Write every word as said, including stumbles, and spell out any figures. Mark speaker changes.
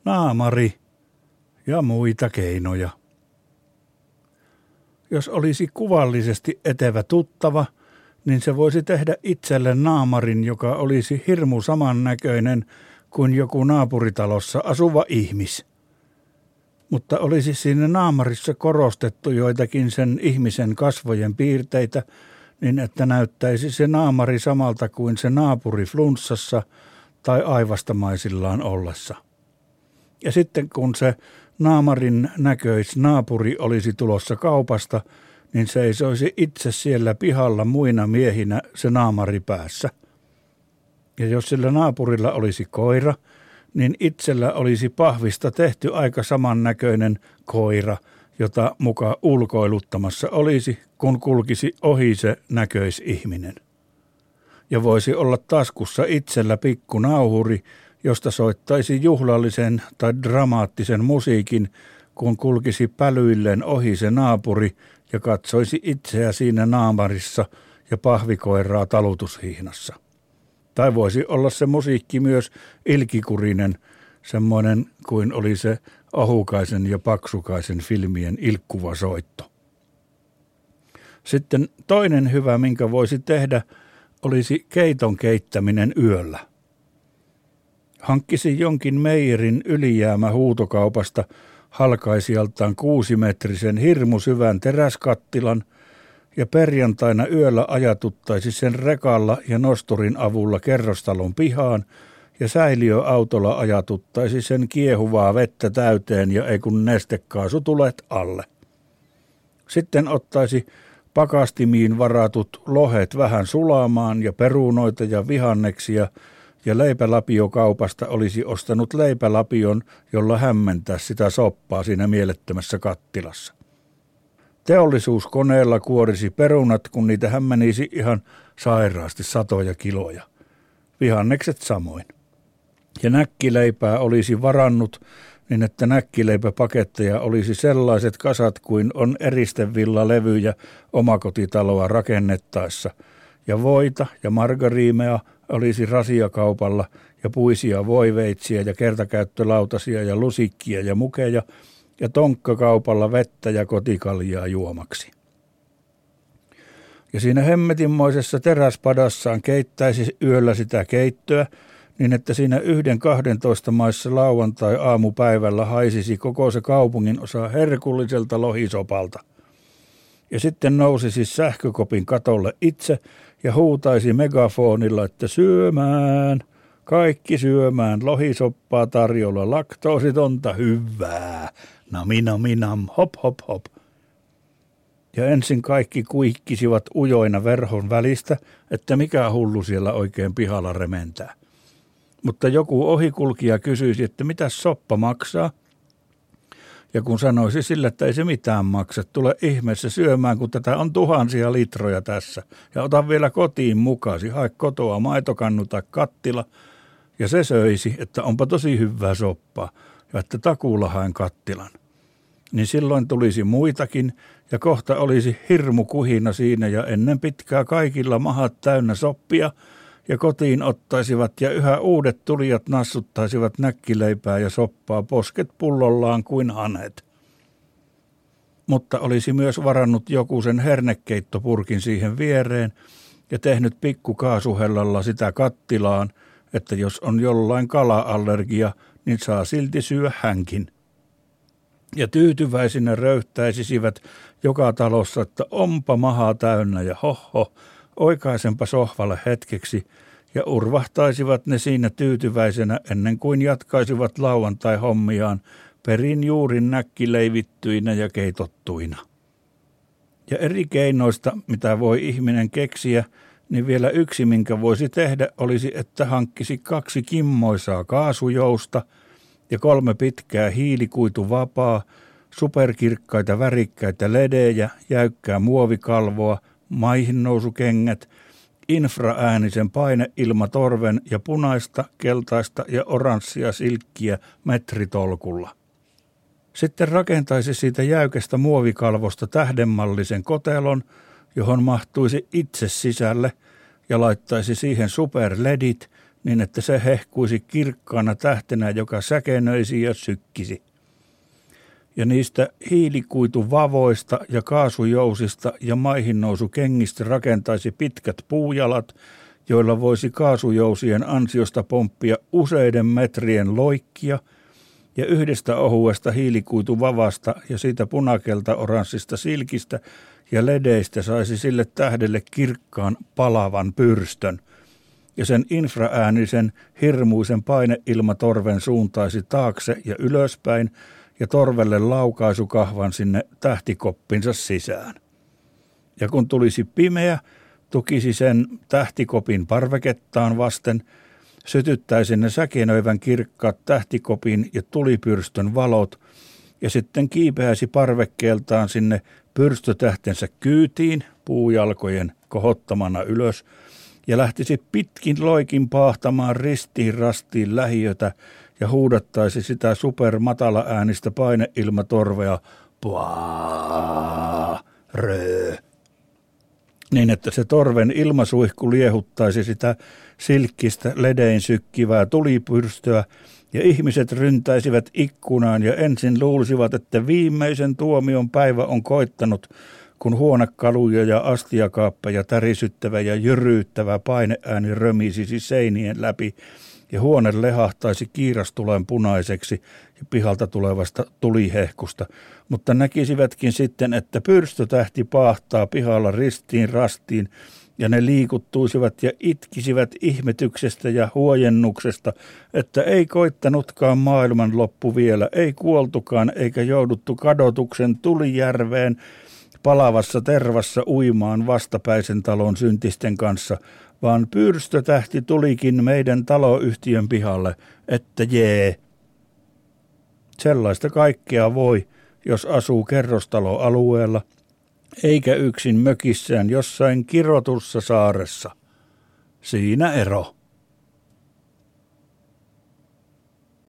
Speaker 1: naamari ja muita keinoja. Jos olisi kuvallisesti etevä tuttava, niin se voisi tehdä itselle naamarin, joka olisi hirmu samannäköinen kuin joku naapuritalossa asuva ihmis. Mutta olisi siinä naamarissa korostettu joitakin sen ihmisen kasvojen piirteitä, niin että näyttäisi se naamari samalta kuin se naapuri flunssassa tai aivastamaisillaan ollessa. Ja sitten kun se naamarin näköis naapuri olisi tulossa kaupasta, niin seisoisi itse siellä pihalla muina miehinä se naamari päässä. Ja jos sillä naapurilla olisi koira, niin itsellä olisi pahvista tehty aika samannäköinen koira, jota muka ulkoiluttamassa olisi, kun kulkisi ohi se näköisihminen. Ja voisi olla taskussa itsellä pikku nauhuri, josta soittaisi juhlallisen tai dramaattisen musiikin, kun kulkisi pälyilleen ohi se naapuri ja katsoisi itseä siinä naamarissa ja pahvikoiraa talutushihnassa. Tai voisi olla se musiikki myös ilkikurinen, semmoinen kuin oli se Ahukaisen ja Paksukaisen filmien ilkkuva soitto. Sitten toinen hyvä, minkä voisi tehdä, olisi keiton keittäminen yöllä. Hankkisi jonkin meijerin ylijäämä huutokaupasta halkaisijaltaan kuusimetrisen hirmusyvän teräskattilan ja perjantaina yöllä ajatuttaisi sen rekalla ja nosturin avulla kerrostalon pihaan ja säiliöautolla ajatuttaisi sen kiehuvaa vettä täyteen ja ei kun nestekaasutulet alle. Sitten ottaisi pakastimiin varatut lohet vähän sulamaan ja perunoita ja vihanneksia ja leipälapiokaupasta olisi ostanut leipälapion, jolla hämmentää sitä soppaa siinä mielettömässä kattilassa. Teollisuuskoneella kuorisi perunat, kun niitä hämmenisi ihan sairaasti satoja kiloja. Vihannekset samoin. Ja näkkileipää olisi varannut niin, että näkkileipäpaketteja olisi sellaiset kasat kuin on eristevillalevyjä omakotitaloa rakennettaessa. Ja voita ja margariimea olisi rasiakaupalla ja puisia voiveitsiä ja kertakäyttölautasia ja lusikkia ja mukeja ja tonkkakaupalla vettä ja kotikaljaa juomaksi. Ja siinä hemmetinmoisessa teräspadassaan keittäisi yöllä sitä keittöä, niin että siinä yhden kahdentoista maissa lauantai aamupäivällä haisisi koko se kaupungin osa herkulliselta lohisopalta. Ja sitten nousisi sähkökopin katolle itse ja huutaisi megafonilla, että syömään, kaikki syömään, lohisoppaa tarjolla, laktoositonta hyvää, nami nami nam, hop hop hop. Ja ensin kaikki kuikkisivat ujoina verhon välistä, että mikä hullu siellä oikein pihalla rementää. Mutta joku ohikulkija kysyisi, että mitä soppa maksaa? Ja kun sanoisi sille, että ei se mitään maksa, tule ihmeessä syömään, kun tätä on tuhansia litroja tässä. Ja ota vielä kotiin mukasi, hae kotoa maitokannu tai kattila. Ja se söisi, että onpa tosi hyvää soppaa ja että takuulla haen kattilan. Niin silloin tulisi muitakin ja kohta olisi hirmu kuhina siinä ja ennen pitkää kaikilla mahat täynnä soppia. Ja kotiin ottaisivat ja yhä uudet tulijat nassuttaisivat näkkileipää ja soppaa posket pullollaan kuin hanet. Mutta olisi myös varannut joku sen hernekeittopurkin siihen viereen ja tehnyt pikkukaasuhellalla sitä kattilaan, että jos on jollain kala-allergia, niin saa silti syödä hänkin. Ja tyytyväisinä röyhtäisivät joka talossa, että onpa mahaa täynnä ja hoho, oikaisenpa sohvalle hetkeksi, ja urvahtaisivat ne siinä tyytyväisenä ennen kuin jatkaisivat lauantai-hommiaan perin juurin näkkileivittyinä ja keitottuina. Ja eri keinoista, mitä voi ihminen keksiä, niin vielä yksi, minkä voisi tehdä, olisi, että hankkisi kaksi kimmoisaa kaasujousta ja kolme pitkää hiilikuituvapaa, superkirkkaita värikkäitä ledejä, jäykkää muovikalvoa, maihinnousukengät, infraäänisen paineilmatorven ja punaista, keltaista ja oranssia silkkiä metritolkulla. Sitten rakentaisi siitä jäykästä muovikalvosta tähdenmallisen kotelon, johon mahtuisi itse sisälle ja laittaisi siihen superledit, niin että se hehkuisi kirkkaana tähtenä, joka säkenöisi ja sykkisi. Ja niistä hiilikuituvavoista ja kaasujousista ja maihinnousukengistä rakentaisi pitkät puujalat, joilla voisi kaasujousien ansiosta pomppia useiden metrien loikkia, ja yhdestä ohuesta hiilikuituvavasta ja siitä punakelta oranssista silkistä ja ledeistä saisi sille tähdelle kirkkaan palavan pyrstön, ja sen infraäänisen hirmuisen paineilmatorven suuntaisi taakse ja ylöspäin, ja torvelle laukaisukahvan sinne tähtikoppinsa sisään. Ja kun tulisi pimeä, tukisi sen tähtikopin parvekettaan vasten, sytyttäisi ne säkenöivän kirkkaat tähtikopin ja tulipyrstön valot, ja sitten kiipeäisi parvekkeeltaan sinne pyrstötähtensä kyytiin puujalkojen kohottamana ylös, ja lähtisi pitkin loikin paahtamaan ristiin rastiin lähiötä, ja huudattaisi sitä supermatala äänistä paineilmatorvea paa, rö. Niin, että se torven ilmasuihku liehuttaisi sitä silkkistä ledein sykkivää tulipyrstöä, ja ihmiset ryntäisivät ikkunaan ja ensin luulisivat, että viimeisen tuomion päivä on koittanut, kun huonekaluja ja astiakaappeja tärisyttävä ja jyryyttävä paineääni römisisi seinien läpi, ja huone lehahtaisi kiirastulen punaiseksi ja pihalta tulevasta tulihehkusta, mutta näkisivätkin sitten, että pyrstötähti paahtaa pihalla ristiin rastiin, ja ne liikuttuisivat ja itkisivät ihmetyksestä ja huojennuksesta, että ei koittanutkaan maailman loppu vielä, ei kuoltukaan eikä jouduttu kadotuksen tulijärveen palavassa tervassa uimaan vastapäisen talon syntisten kanssa, vaan pyrstötähti tulikin meidän taloyhtiön pihalle, että jee. Sellaista kaikkea voi, jos asuu kerrostaloalueella, eikä yksin mökissään jossain kirotussa saaressa. Siinä ero.